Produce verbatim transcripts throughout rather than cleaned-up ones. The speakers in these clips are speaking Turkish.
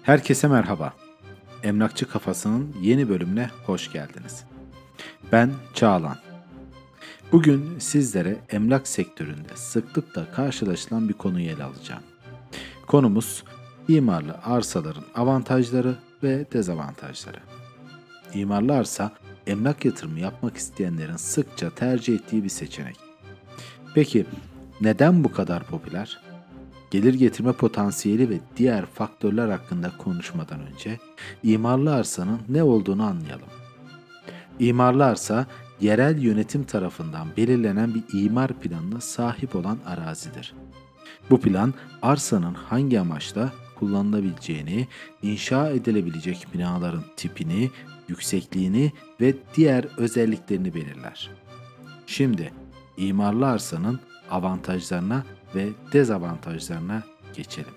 Herkese merhaba. Emlakçı Kafası'nın yeni bölümüne hoş geldiniz. Ben Çağlan. Bugün sizlere emlak sektöründe sıklıkla karşılaşılan bir konuyu ele alacağım. Konumuz imarlı arsaların avantajları ve dezavantajları. İmarlı arsa, emlak yatırımı yapmak isteyenlerin sıkça tercih ettiği bir seçenek. Peki neden bu kadar popüler? Gelir getirme potansiyeli ve diğer faktörler hakkında konuşmadan önce imarlı arsanın ne olduğunu anlayalım. İmarlı arsa, yerel yönetim tarafından belirlenen bir imar planına sahip olan arazidir. Bu plan, arsanın hangi amaçla kullanılabileceğini, inşa edilebilecek binaların tipini, yüksekliğini ve diğer özelliklerini belirler. Şimdi, imarlı arsanın avantajlarına ve dezavantajlarına geçelim.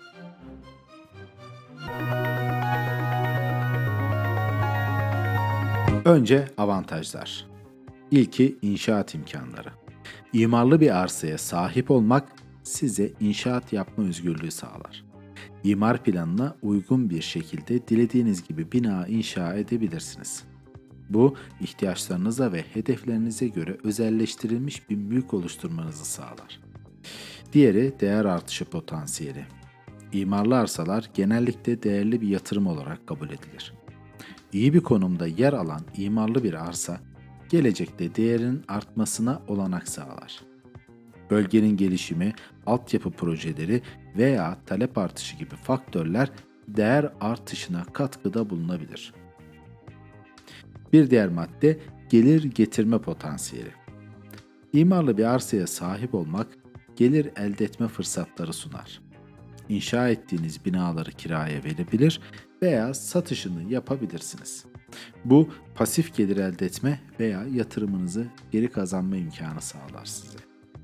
Önce avantajlar. İlki inşaat imkanları. İmarlı bir arsaya sahip olmak size inşaat yapma özgürlüğü sağlar. İmar planına uygun bir şekilde dilediğiniz gibi bina inşa edebilirsiniz. Bu, ihtiyaçlarınıza ve hedeflerinize göre özelleştirilmiş bir mülk oluşturmanızı sağlar. Diğeri değer artışı potansiyeli. İmarlı arsalar genellikle değerli bir yatırım olarak kabul edilir. İyi bir konumda yer alan imarlı bir arsa, gelecekte değerinin artmasına olanak sağlar. Bölgenin gelişimi, altyapı projeleri veya talep artışı gibi faktörler değer artışına katkıda bulunabilir. Bir diğer madde gelir getirme potansiyeli. İmarlı bir arsaya sahip olmak gelir elde etme fırsatları sunar. İnşa ettiğiniz binaları kiraya verebilir veya satışını yapabilirsiniz. Bu pasif gelir elde etme veya yatırımınızı geri kazanma imkanı sağlar size.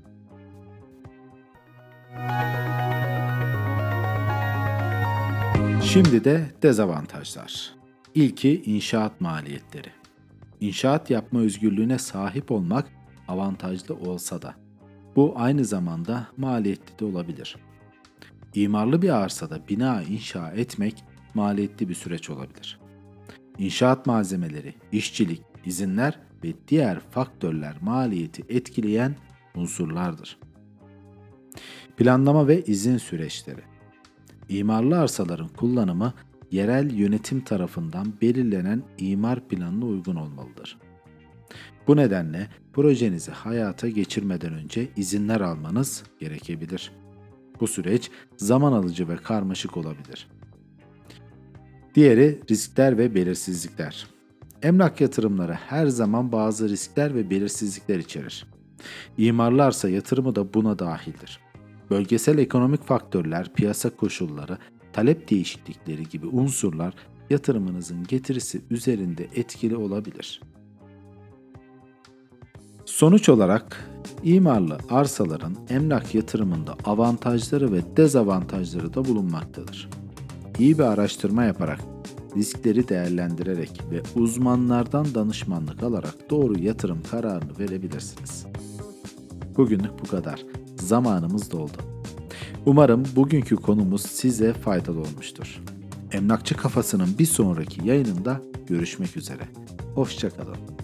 Şimdi de dezavantajlar. İlki inşaat maliyetleri. İnşaat yapma özgürlüğüne sahip olmak avantajlı olsa da bu aynı zamanda maliyetli de olabilir. İmarlı bir arsada bina inşa etmek maliyetli bir süreç olabilir. İnşaat malzemeleri, işçilik, izinler ve diğer faktörler maliyeti etkileyen unsurlardır. Planlama ve izin süreçleri. İmarlı arsaların kullanımı yerel yönetim tarafından belirlenen imar planına uygun olmalıdır. Bu nedenle projenizi hayata geçirmeden önce izinler almanız gerekebilir. Bu süreç zaman alıcı ve karmaşık olabilir. Diğeri riskler ve belirsizlikler. Emlak yatırımları her zaman bazı riskler ve belirsizlikler içerir. İmarlı arsa yatırımı da buna dahildir. Bölgesel ekonomik faktörler, piyasa koşulları, talep değişiklikleri gibi unsurlar yatırımınızın getirisi üzerinde etkili olabilir. Sonuç olarak imarlı arsaların emlak yatırımında avantajları ve dezavantajları da bulunmaktadır. İyi bir araştırma yaparak, riskleri değerlendirerek ve uzmanlardan danışmanlık alarak doğru yatırım kararını verebilirsiniz. Bugünlük bu kadar. Zamanımız doldu. Umarım bugünkü konumuz size faydalı olmuştur. Emlakçı Kafası'nın bir sonraki yayınında görüşmek üzere. Hoşça kalın.